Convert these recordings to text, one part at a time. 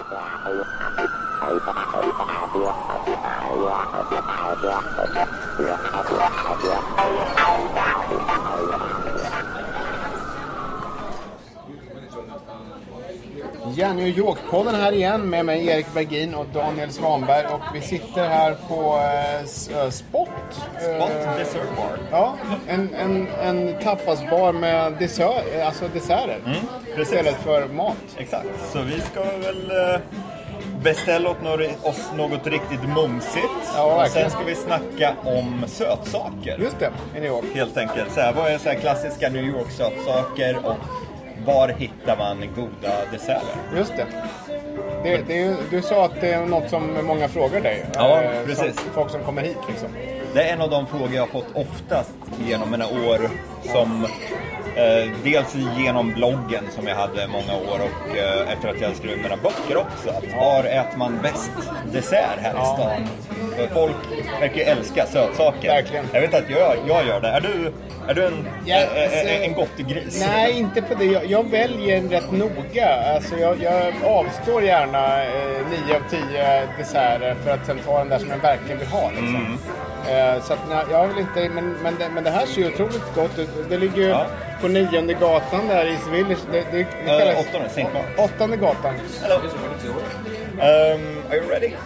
Ja, New York-podden här igen med mig Erik Bergin och Daniel Svanberg, och vi sitter här på Spot Dessert Bar. Ja, en tapasbar med desserter istället för mat. Exakt, så vi ska väl beställa oss något riktigt mumsigt. Ja, och sen ska vi snacka om sötsaker. Just det, i New York. Helt enkelt, vad är så här klassiska New York sötsaker och var hittar man goda desserter? Just det. Du sa att det är något som många frågar dig. Ja, precis. Folk som kommer hit liksom. Det är en av de frågor jag har fått oftast genom mina år, som dels genom bloggen som jag hade många år, och efter att jag skrev mina böcker också. Var äter man bäst dessert här i stan? För folk verkar ju älska sötsaker. Verkligen. Jag vet att jag gör det. Är du en gottegris? Nej, inte på det. Jag väljer rätt noga. Alltså jag avstår gärna 9 av 10 desserter för att sen ta den där som jag verkligen vill ha. Liksom. Så att, nej, jag vill inte, men det här ser ju otroligt gott ut. Det ligger ju på 9:e gatan där i East Village. Det kallas 8:e, St. Marks. 8:e gatan. Hello. Are you ready?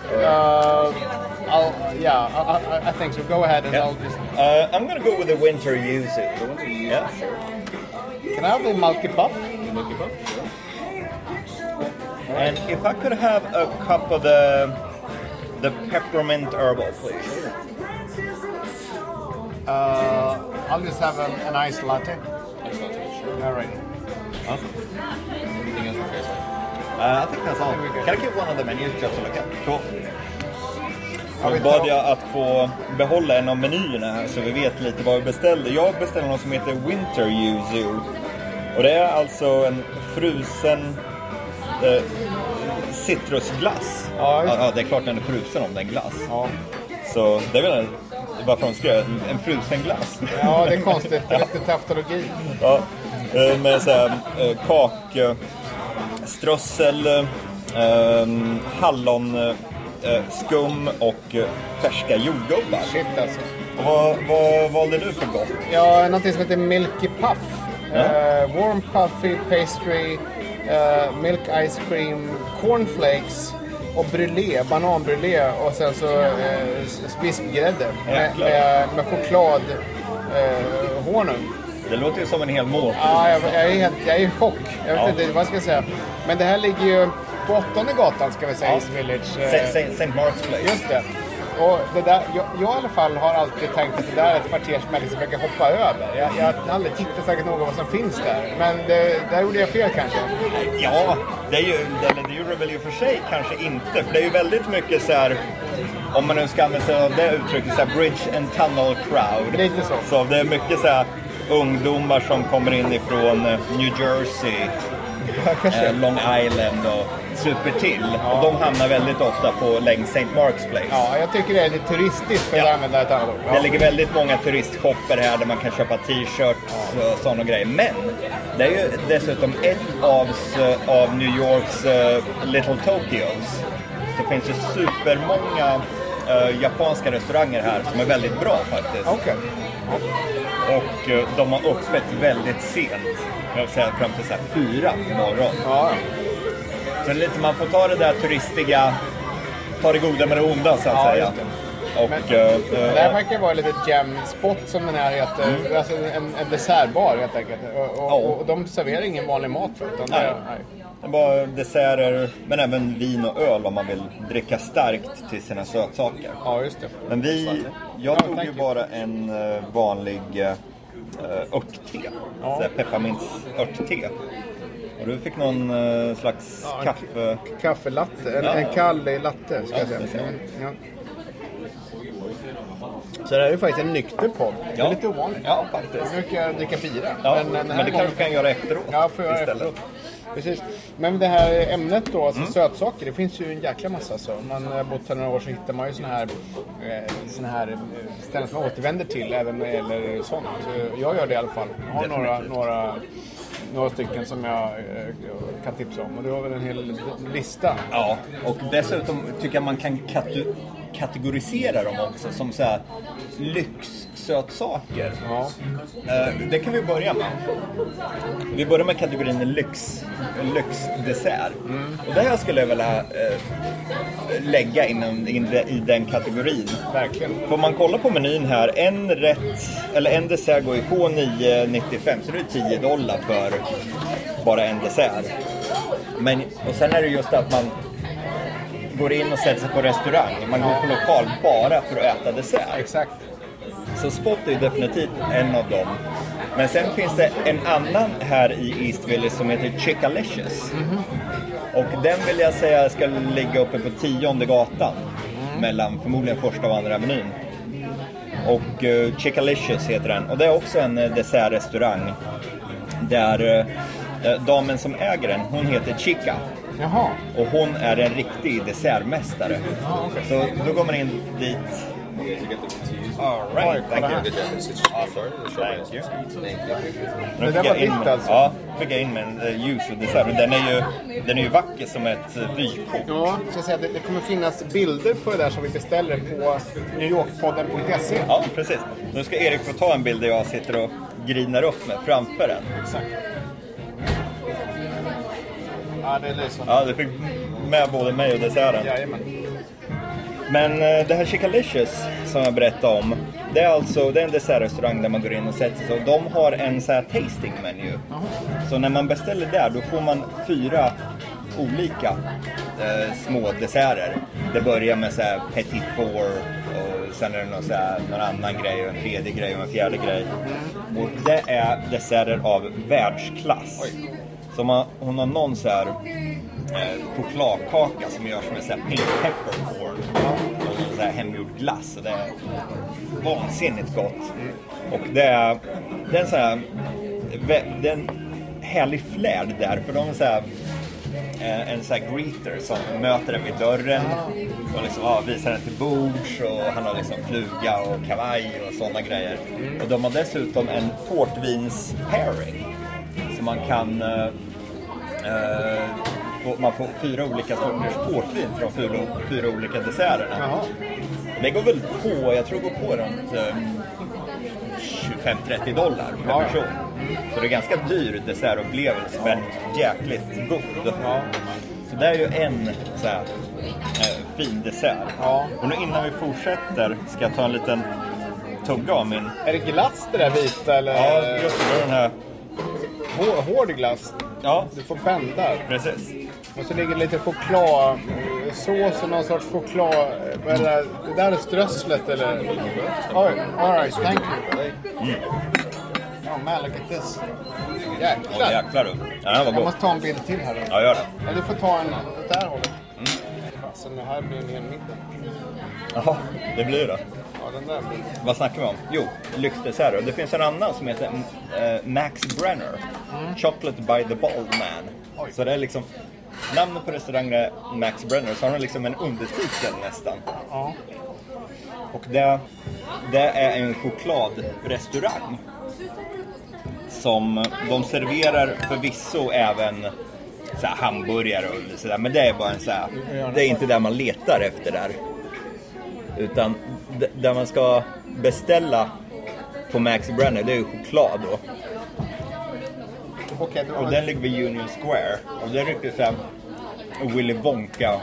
I think so. Go ahead and I'll just... I'm going to go with the winter yuzu. Yeah. Can I have the Malky Puff? Milky Puff, sure. And if I could have a cup of the peppermint herbal, please. I'll just have an iced latte. Iced latte, sure. All right. Awesome. Anything else on your side? I think that's all. Can I keep one of the menus just to look at? Cool. Så bad jag att få behålla en av menyerna här så vi vet lite vad vi beställde. Jag beställde något som heter Winter Yuzu. Och det är alltså en frusen citrusglass. Ja, det är klart den är frusen om den glass. Ja. Så det är väl bara från skrev en frusen glass. Ja, det är konstigt. Det är lite taftologi. Ja, med så här kakströssel, hallon, skum och färska jordgubbar. Shit alltså. Vad valde du för gott? Ja, någonting som heter Milky Puff. Warm puffy pastry, milk ice cream, cornflakes och brûlée, bananbrûlée, och sen så vispgrädde med choklad honung. Det låter ju som en hel måltid. Ja, jag är i chock. Jag vet inte vad jag ska säga. Men det här ligger ju på 8:e gatan, ska vi säga, East Village. St. Marks Place. Just det. Och det där, jag i alla fall har alltid tänkt att det där är ett kvarter som jag liksom försöker hoppa över. Jag har aldrig tittat säkert någon vad som finns där. Men där gjorde jag fel kanske. Ja, det är ju väl i och för sig kanske inte. För det är ju väldigt mycket så här, om man nu ska använda sig av det uttrycket, så här bridge and tunnel crowd. Lite så. Så det är mycket så här ungdomar som kommer in ifrån New Jersey, Long Island och super till. Ja. Och de hamnar väldigt ofta på längs St. Marks Place. Ja, jag tycker det är lite turistiskt för att använda ett annat ord. Det ligger väldigt många turistshopper här där man kan köpa t-shirts och sådana grejer. Men det är ju dessutom ett av New Yorks Little Tokyos. Så det finns ju supermånga japanska restauranger här som är väldigt bra faktiskt. Okej. Och de har öppet väldigt sent. Jag vill säga fram till så här 4 på morgon. Ja. Så det är lite, man får ta det där turistiga, ta det goda med det onda så att säga. Och, det här verkar vara lite jam-spot som den här heter. Alltså en dessertbar helt enkelt. Och de serverar ingen vanlig mat för utan nej. Det är bara desserter, men även vin och öl om man vill dricka starkt till sina sötsaker. Ja, just det. Men jag tog ju bara en vanlig örtte. Pepparmints-örtte. Och du fick någon slags kaffe... Kaffelatte, en kall latte ska jag säga. Ja. Så det här är ju faktiskt en nykter podd. Det är lite ovanligt. Ja, faktiskt. Jag brukar dricka bira. Ja, men det kan du göra efteråt. Ja, får jag göra efteråt. Precis. Men det här ämnet då, alltså sötsaker, det finns ju en jäkla massa så. Man har bott här några år så hittar man ju såna här ställen som man återvänder till även när det gäller sånt. Jag gör det i alla fall. Jag har några stycken som jag kan tipsa om. Och du har väl en hel lista? Ja, och dessutom tycker jag man kan kategorisera dem också som så här lyxsötsaker. Ja. Det kan vi börja med. Vi börjar med kategorin lyxdessert. Och det här skulle jag vilja lägga in i den kategorin. Verkligen. Får man kolla på menyn här, en dessert går ju på 9,95, så det är $10 för bara en dessert. Och sen är det just att man går in och sätter sig på restaurang. Man går på lokal bara för att äta dessert. Exakt. Så Spot är ju definitivt en av dem. Men sen finns det en annan här i East Village som heter Chickalicious. Och den vill jag säga ska ligga uppe på 10:e gatan. Mellan förmodligen första och andra menyn. Och Chickalicious heter den. Och det är också en dessertrestaurang. Där damen som äger den, hon heter Chica. Jaha. Och hon är en riktig dessertmästare. Okay. Så då går man in dit. All right, thank you. Good job. Sorry, the show Thank you. Thank you. Nu Det där var ditt alltså? Ja, fick jag in med en ljus och dessert. Den är ju vacker som ett vykort. Ja, så jag säga att det kommer finnas bilder på det där som vi beställer på newyorkpodden.se. Ja, precis. Nu ska Erik få ta en bild där jag sitter och grinar upp med framför den. Exakt. Ja, det är liksom. Ja, det fick med både mig och desserten. Jajamän. Men det här Chickalicious som jag berättade om, det är en dessertrestaurang där man går in och sätter sig. Och de har en så här tasting menu. Så när man beställer där, då får man 4 olika små desserter. Det börjar med så här petit four, och sen är det någon annan grej, och en tredje grej och en fjärde grej. Och det är desserter av världsklass. Oj. Så hon har någon så här chokladkaka som görs med så här pink peppercorn och så här hemgjord glass, och det är vansinnigt gott. Och det är en så här det är en härlig flärd där, för de är så här en så här greeter som möter den vid dörren och liksom visar den till bords, och han har liksom fluga och kavaj och sådana grejer. Och de har dessutom en portvins pairing, så man kan man får 4 olika sorters portvin från 4 olika desserterna. Jaha. Det går väl på, jag tror det går på runt $25-30 per person. Så det är ganska dyr dessertupplevelse, men jäkligt god. Ja. Så det är ju en så här, fin dessert. Ja. Och nu innan vi fortsätter ska jag ta en liten tugga av min... Är det glass det där vita eller? Ja, just det, den här. Hård glass. Ja, Du får bända. precis. Och så ligger lite chokladsås och någon sorts choklad. Vad är det där? Det där är strösslet eller? Oj, alright, thank you. Oh man, look at this. Jäklar. Jäklar du. Ja, den var Jag god. måste ta en bild till här då. Ja, gör det. Ja, du får ta en åt det här hållet. Så det här blir en hel middag. Jaha, det blir det. Ja, den där blir. Vad snackar vi om? Jo, lyxdessert. Det finns en annan som heter Max Brenner. Chocolate by the Bald Man. Oj. Så det är liksom... Namnet på restaurangen är Max Brenner, så har de liksom en undertitel nästan. Ja. Och det är en chokladrestaurang. Som de serverar förvisso även så här hamburgare och sådär. Men det är bara en så här, det är inte där man letar efter där. Utan där man ska beställa på Max Brenner, det är ju choklad då. Okej, då. Och den ligger vid Union Square. Och det är riktigt så här Willy Wonka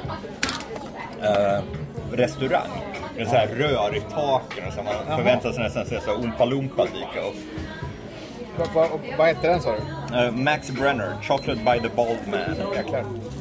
restaurang. Med så här rör i taken och så man förväntar sig nästan se så Oompa Loompa dyka upp. Vad heter den, sa du? Max Brenner, Chocolate by the Bald Man. Jäklar.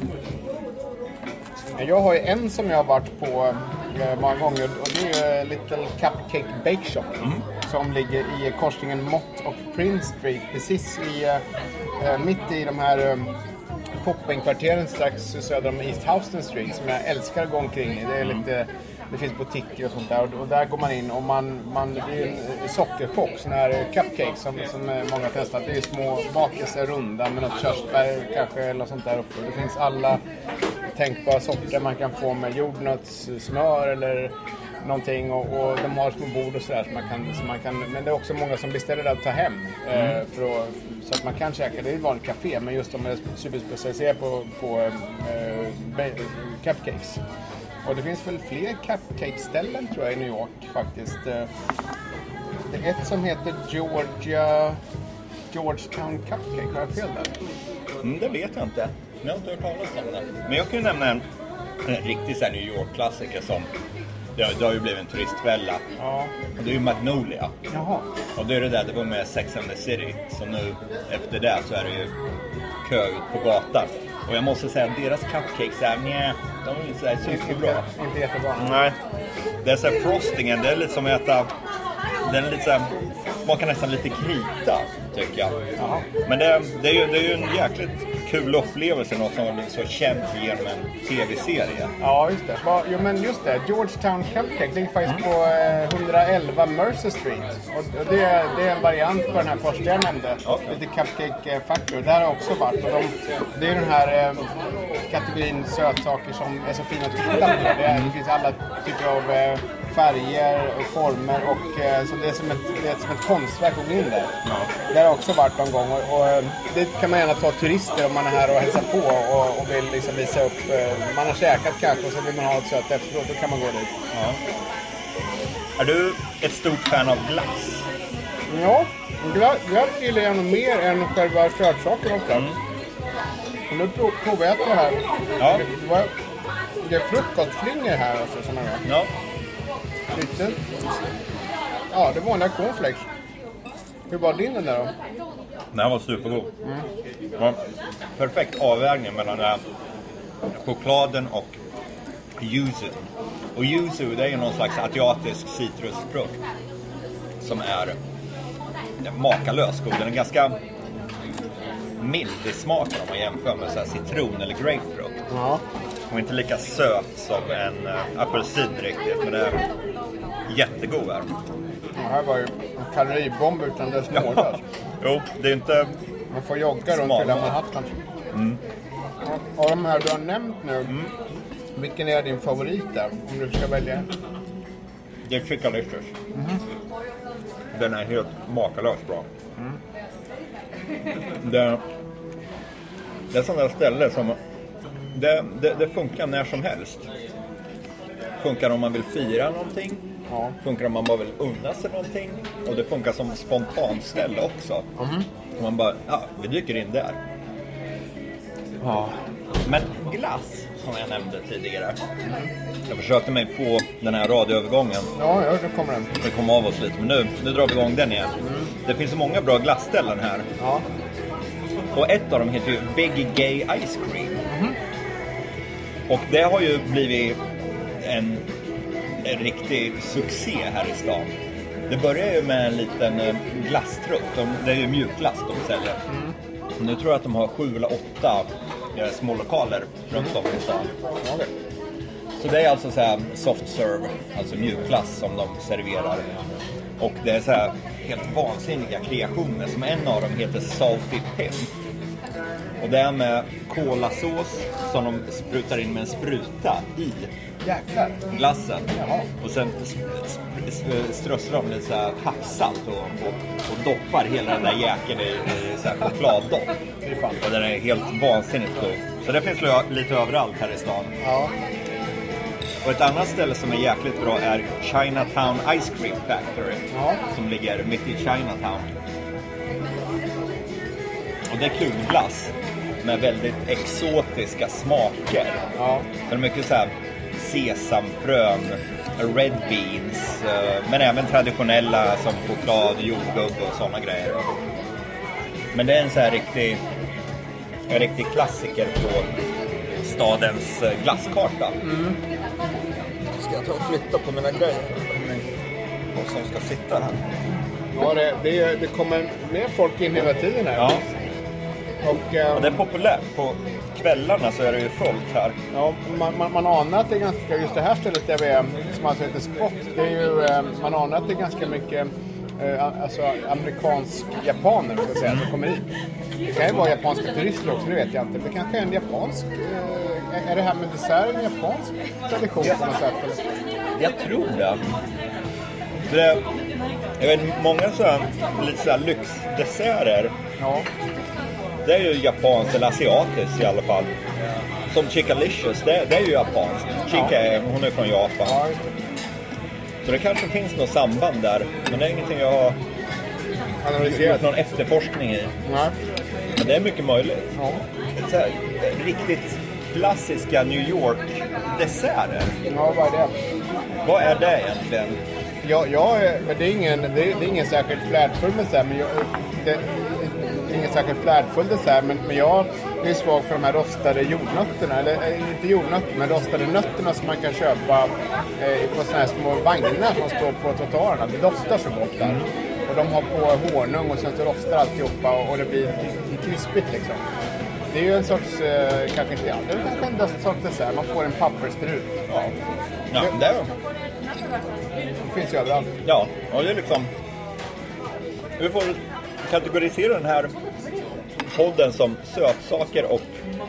Jag har ju en som jag har varit på många gånger, och det är ju Little Cupcake Bake Shop som ligger i korsningen Mott och Prince Street, precis mitt i de här shoppingkvarteren strax söder om East Houston Street, som jag älskar att gå omkring i. Det är lite, det finns butiker och sånt där, och där går man in och det är en sockerchock, sån här cupcakes som många testar. Det är små bakelser runda med något körsbär kanske eller något sånt där uppe. Det finns alla tänkbara sorter man kan få med jordnötssmör eller någonting och de har små bord och sådär så man kan, men det är också många som beställer det att ta hem så att man kan käka. Det är ett vanligt café, men just de är superspecialiserade på cupcakes. Och det finns väl fler cupcake-ställen tror jag i New York faktiskt. Det är ett som heter Georgetown Cupcake, har jag fel där? Det vet jag inte. Jag har inte hört talas om det. Men jag kan ju nämna en riktig så här New York-klassiker som det har ju blivit en turistfälla. Ja. Och det är ju Magnolia. Jaha. Och det är det var med Sex and the City. Så nu efter det så är det ju kö ut på gatan. Och jag måste säga att deras cupcakes är de är inte så här superbra. Inte jättebra. Nej. Det är så här frostingen, det är lite som att äta. Den är lite så här, smakar nästan lite krita tycker jag. Jaha. Men det är ju en jäkligt kul upplevelse, något som är så känt genom en tv-serie. Ja, just det. Jo, men just det. Georgetown Cupcake ligger faktiskt på 111 Mercer Street. Och det är en variant på den här första jag nämnde. Okay. Lite Cupcake Factory. Där har jag också varit. Och det är den här kategorin sötsaker som är så fina att titta på. Det finns alla typer av färger och former. Och, så det är som ett konstverk att gå in där. Ja. Det har jag också varit någon gång. Och det kan man gärna ta turister om man är här och hälsar på och vill liksom visa upp. Man har käkat kanske och så vill man ha ett sött efteråt, då kan man gå dit. Ja. Är du ett stort fan av glass? Ja, glass gillar jag nog mer än själva sötsaken ofta. Och nu provar jag det här. Ja. Det är frukostflingor här alltså, som man gör. Ja. Lite. Ja, det var vanliga cornflakes. Hur var din den där då? Den här var supergod. Ja, perfekt avvägning mellan chokladen och yuzu. Och yuzu, det är ju någon slags asiatisk citrusfrukt som är makalös god. Den är ganska mild i smaken om man jämför med så här citron eller grapefrukt. Ja. Och inte lika söt som en apelsin riktigt, men det är jättegod här. Det här var ju en kaloribomb utan dess mål. Jo, det är inte. Man får jogga runt hela Manhattan. Av de här du har nämnt nu, vilken är din favorit där? Om du ska välja. Det är Chickalicious. Den är helt makalöst bra. Det är sådana ställe som det funkar när som helst. Funkar om man vill fira någonting. Ja. Funkar om man bara vill unna sig någonting. Och det funkar som spontanställe också. Och man bara, vi dyker in där. Ja. Men glass, som jag nämnde tidigare. Jag försökte mig på den här radioövergången. Ja, nu kommer den. Det kom av oss lite, men nu drar vi igång den igen. Det finns så många bra glassställen här. Ja. Och ett av dem heter ju Big Gay Ice Cream. Och det har ju blivit en riktig succé här i stan. Det börjar ju med en liten glasstrupp. Det är ju mjukglass de säljer. Nu tror jag att de har 7 eller 8 små lokaler runt om i stan. Okay. Så det är alltså så här soft serve, alltså mjukglass som de serverar. Och det är så här helt vansinniga kreationer, som en av dem heter Salty Pimp. Och det är med kolasås som de sprutar in med en spruta i Jäklar. glassen. Jaha. Och sen strössar de lite så här havssalt och doppar hela den där jäkeln i så här chokladdopp. Och den är helt vansinnigt god. Så det finns lite överallt här i stan. Ja. Och ett annat ställe som är jäkligt bra är Chinatown Ice Cream Factory. Ja. Som ligger mitt i Chinatown. Och det är kuglass med väldigt exotiska smaker. Ja. Så det är mycket så här sesamfrön, red beans, men även traditionella som choklad, jordgubb och sådana grejer. Men det är en så här riktig klassiker på stadens glasskarta. Ska jag ta och flytta på mina grejer? Och som ska sitta här. Ja, det kommer mer folk in hela tiden här. Ja. Och det är populärt. På kvällarna så är det ju fullt här. ja, man anar att det är ganska, just det här stället där vi är, som alltså heter Spot, det är ju, man anar att det är ganska mycket alltså amerikansk-japaner, ska jag säga, som kommer hit. Det kan ju vara japanska turister också, det vet jag inte. Det kanske är en japansk Är det här med dessert en japansk tradition på något sätt? Eller? Jag tror det. Jag vet, många lite så här lyxdesserter. Ja. Det är ju japanskt eller asiatiskt i alla fall. Som Chikalicious, det är ju japanskt. Chika, hon är från Japan. Ja, så det kanske finns något samband där. Men det är ingenting jag har gjort någon efterforskning i. Nej. Men det är mycket möjligt. Ja. Så här, riktigt klassiska New York-desserter. Ja, vad är det? Vad är det egentligen? Men det är ingen särskilt flärdfull dessert, men det är ingen särskilt flärdfull dessert, men jag är svag för de här rostade jordnötterna, eller inte jordnötter, men rostade nötterna som man kan köpa på såna här små vagnar som står på trottoarerna. Det doftar så gott där. Och de har på honung och sen så rostar alltihopa och det blir krispigt liksom. Det är ju en sorts, kanske inte all, det är kanske en sorts dessert, man får en pappersstrut. Ja, det finns ju överallt. Ja, och det är liksom... Vi får kategorisera den här podden som sötsaker och...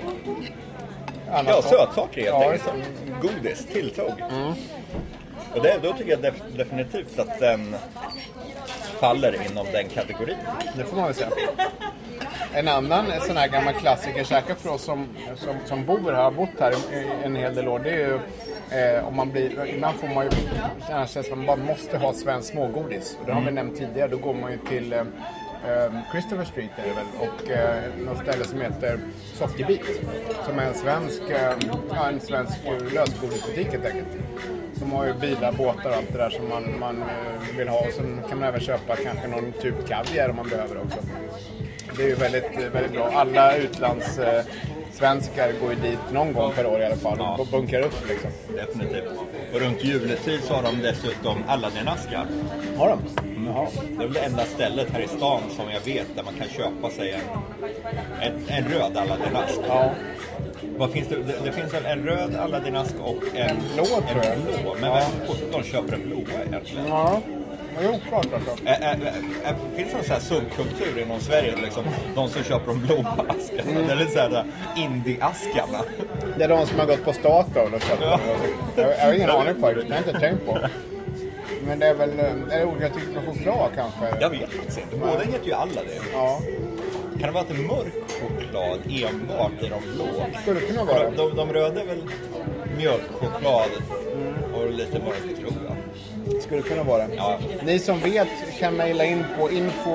sötsaker helt enkelt. Godis, tilltugg. Och då tycker jag definitivt att den faller inom den kategorin. Det får man väl säga. En annan sån här gammal klassiker, säkert för oss som bor här, har bott här en hel del år, det är ju om man blir, ibland får man ju känna sig som man bara måste ha svensk smågodis. Och det har vi nämnt tidigare, då går man ju till Christopher Street är det väl, och något ställe som heter Sockerbit, som är en svensk lösgodisbutik helt enkelt. De har ju bilar, båtar och allt det där som man vill ha, och sen kan man även köpa kanske någon typ kaviar om man behöver också. Det är ju väldigt, väldigt bra. Alla svenskar går ju dit någon gång per år i alla fall och bunkrar upp liksom. Definitivt. Och runt juletid så har de dessutom Aladdin-askar. Har de? Jaha. Det är väl det enda stället här i stan som jag vet där man kan köpa sig en röd Aladdin-ask. Ja. Vad finns det? Det finns en röd Aladdin-ask och en blå, tror jag. Blå. Men vem köper en blåa egentligen? Ja. Jo, klart alltså. Finns det en sån här subkultur inom Sverige liksom, de som köper de blåa askarna? Det är lite såhär indie-askarna. Det är de som har gått på Statoil och köpt dem. Jag har ingen aning faktiskt, jag har inte tänkt på. Men det är väl olika typer av choklad kanske? Jag vet inte. Båda heter ju alla det. Ja. Kan det vara att mörk choklad enbart i de blå? Skulle det kunna vara. De röda är väl mjölkchoklad och lite mörk, tror jag. Skulle kunna vara. Ja. Ni som vet kan mejla in på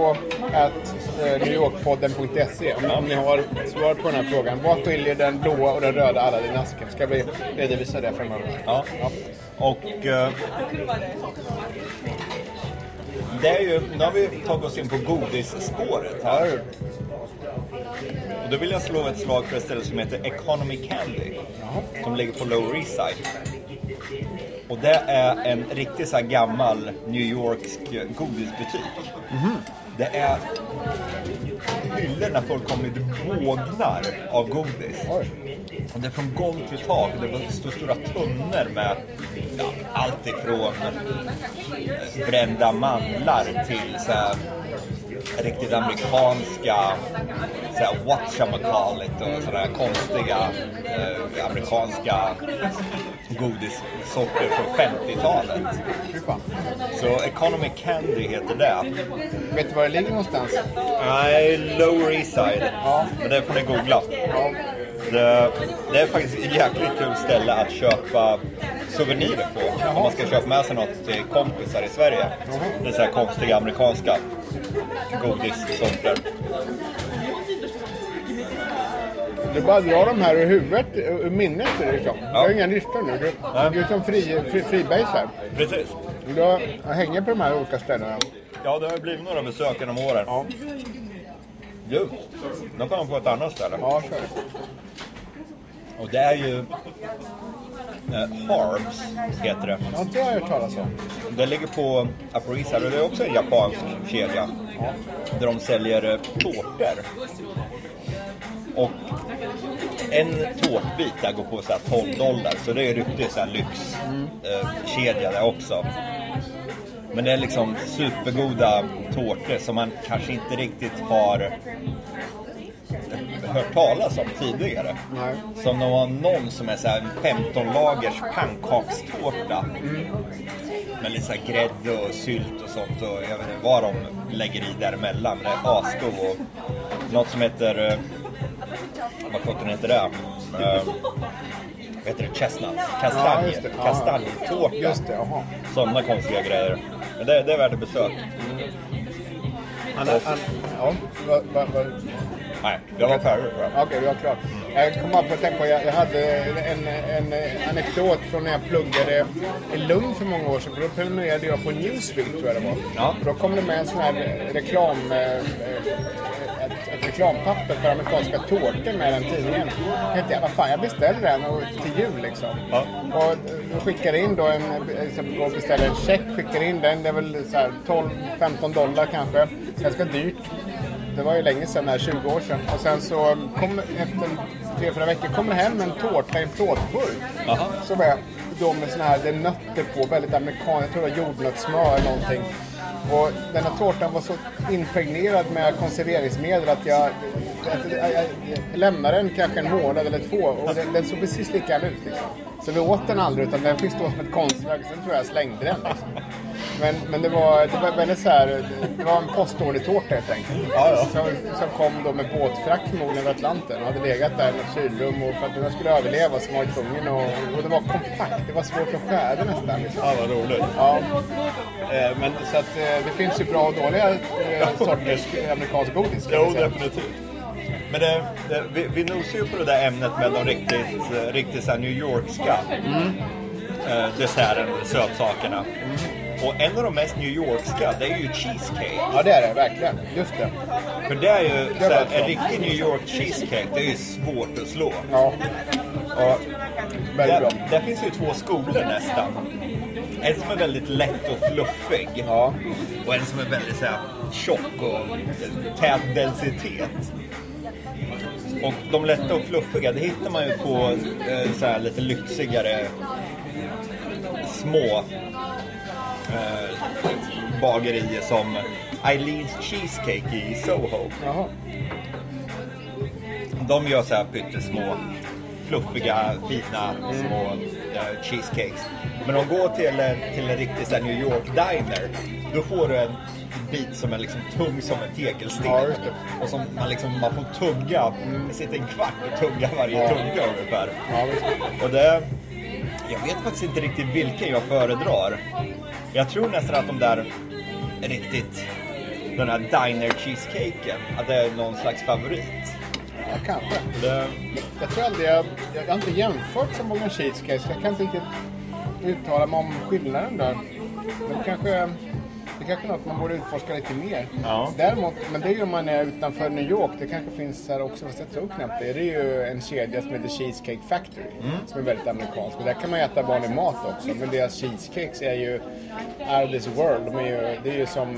info@newyorkpodden.se om ni har svar på den här frågan. Vad skiljer den blåa och den röda Aladdin-asken? Ska vi redovisa det framöver? Ja. Och det är ju, nu har vi tagit oss in på godisspåret här. Och då vill jag slå ett slag för ett ställe som heter Economy Candy. Som ligger på Lower East Side. Och det är en riktigt så här gammal New Yorksk godisbutik. Det är hyllor när folk kommer lite bågnar av godis. Och det är från golv till tak. Det står stora tunnor med allt ifrån brända mandlar till så här riktigt amerikanska whatchamacallit och sådana konstiga amerikanska godissorter från 50-talet. Så Economy Candy heter det. Vet du var det ligger någonstans? Nej, Lower East Side. Ja. Men det får ni googla. Ja. Det är faktiskt ett jäkligt kul ställe att köpa souvenirer på. Om man ska köpa med sig något till kompisar i Sverige. Det är så här konstiga amerikanska godissorter. Du bara drar de här ur huvudet, ur minnet liksom. Jag har inga listor nu. Det är som freebase här. Precis. Jag hänger på de här olika ställena. Ja, det har blivit några besök genom åren. Ja. Du, då kan man på ett annat ställe. Ja, så är det. Och det är ju Harbs heter det. Ja, det har jag hört talas om. Det ligger på Upper East Side och det är också en japansk kedja. Där de säljer tårtor. Och en tårtbit där går på så här $12. Så det är riktigt så här lyxkedja där också. Men det är liksom supergoda tårtor som man kanske inte riktigt har hört talas om tidigare. Nej. Som det var någon som är så här 15-lagers pannkakstårta. Med lite så här grädde och sylt och sånt. Och jag vet inte vad de lägger i däremellan. Men det är asgod. Och något som heter... vad sjutton heter det? Vad heter det? Chestnut. Kastanjetårta. Just det, jaha. Sådana konstiga grejer. Men det är värt ett besök. Ja, Nej, jag var färdig. Okej, vi var klart. Jag kom upp att tänka på, jag hade en anekdot från när jag pluggade i Lund för många år sedan. För då prenumererade jag på Newsweek, tror jag det var. Ja. Då kom det med en sån här ett reklampapper för amerikanska tårtor med den tidningen. Jag tänkte, vad fan, jag beställde den till jul liksom. Ja. Och skickar in då och beställer en check, skickar in den. Det är väl så här $12-15 kanske. Ganska dyrt. Det var ju länge sedan, här 20 år sedan. Och sen så kom efter 3-4 veckor kommer hem en tårta i en plåtburk. Som är då med såna här, det är nötter på, väldigt amerikanskt, jag tror det var jordnötssmör eller någonting. Och den här tårtan var så impregnerad med konserveringsmedel att jag lämnade den kanske en månad eller 2 och den såg precis likadan ut liksom. Så vi åt den aldrig, utan den fick stå som ett konstverk. Sen tror jag slängde den liksom. Men det var väldigt så här, det var en postordertårta helt enkelt. Ja. Som kom då med båtfrakt förmodligen över Atlanten och hade legat där i ett kylrum, och för att den skulle överleva så var jag tvungen och det var kompakt, det var svårt att skära nästan liksom. Ja, vad roligt. Ja. Men så att det finns ju bra och dåliga sorters amerikansk godis. Jo, definitivt. Men vi nosar ju på det där ämnet med de riktigt så här New Yorkska desserten, sötsakerna. Och en av de mest New Yorkska, det är ju cheesecake. Ja, det är det, verkligen. Just det. För det är ju så här, en riktig New York cheesecake, det är ju svårt att slå. Ja. Och väldigt bra. Där finns ju 2 skolor nästan. En som är väldigt lätt och fluffig. Ja. Och en som är väldigt så här tjock och tät densitet. Och de lätta och fluffiga, det hittar man ju på så här lite lyxigare små bagerier som Eileen's Cheesecake i Soho. Jaha. De gör så här pyttesmå, fluffiga, fina små cheesecakes. Men de går till en riktig så här New York diner, då får du en bit som är liksom tung som en tegelsten. Ja, just det. Och som man får tugga, det sitter en kvart och tugga varje tugga ungefär. Ja, visst. Och jag vet faktiskt inte riktigt vilken jag föredrar. Jag tror nästan att de där den här diner cheesecaken, att det är någon slags favorit. Ja, kanske. Jag tror aldrig jag har inte jämfört så många cheesecakes. Jag kan inte riktigt uttala mig om skillnaden där. Men det kanske är något man borde utforska lite mer. Ja. Däremot, men det är ju om man är utanför New York. Det kanske finns här också, fast jag tror knappt det. Det är ju en kedja som heter Cheesecake Factory. Som är väldigt amerikansk. Och där kan man äta vanlig mat också. Men deras cheesecakes är ju out of this world. Det är ju som...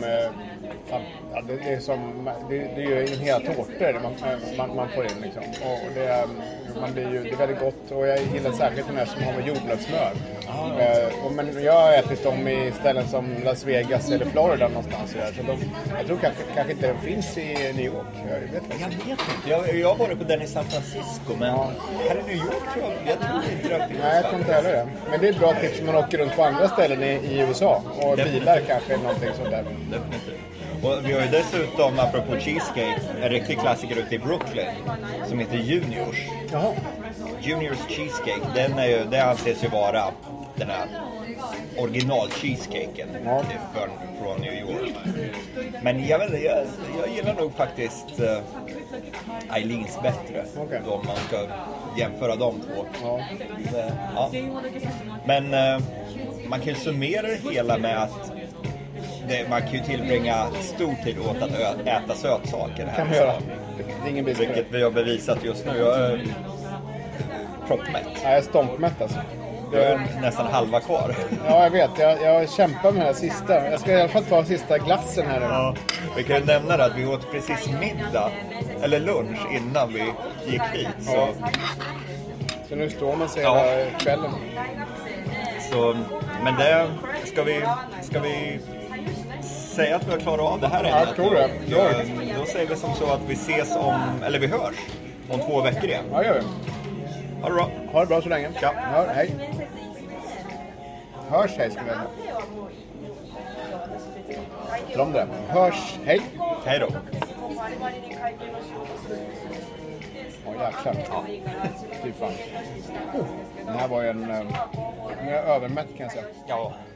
det är ju en hela tårtor man får in liksom. Och det är väldigt gott, och jag gillar särskilt den här som har med jordnötssmör. Men jag har ätit dem i ställen som Las Vegas eller Florida någonstans så jag tror kanske inte den finns i New York. Jag vet inte. Jag har varit på den i San Francisco, men här i New York tror jag tror inte det finns. Nej, jag tror inte heller det. Men det är ett bra tips om man åker runt på andra ställen i USA. Och bilar kanske eller någonting sånt där. Definitivt. Och vi har ju dessutom, apropå cheesecake, en riktig klassiker ute i Brooklyn som heter Juniors. Jaha. Juniors cheesecake, det anses ju vara den här original cheesecaken från New York. Men jag gillar nog faktiskt Eileen's bättre. Okay. Om man ska jämföra de 2. Ja. Men man kan ju summera det hela med att man kan ju tillbringa stor tid åt att äta sötsaker här. Kan man göra. Det är ingen brist. Vilket vi har bevisat just nu. Jag är proppmätt. Ja, jag är stompmätt alltså. Jag är nästan halva kvar. Ja, jag vet. Jag kämpar med den här sista. Jag ska i alla fall ta sista glassen här nu. Ja, vi kan ju nämna det att vi åt precis middag, eller lunch, innan vi gick hit. Så nu står man sig hela kvällen. Så, men det ska vi säga att vi har klarat av det här ämnet. Jag tror det. Då säger vi som så att vi ses vi hörs om 2 veckor igen. Ja, gör vi. Ha det bra. Ha det bra så länge. Ja. Hej. Hörs, hej ska vi säga. Om det. Hörs, hej. Hej då. Jäklar. Ja. Fy fan. Den här var ju en... Nu är jag övermätt kan jag säga. Ja.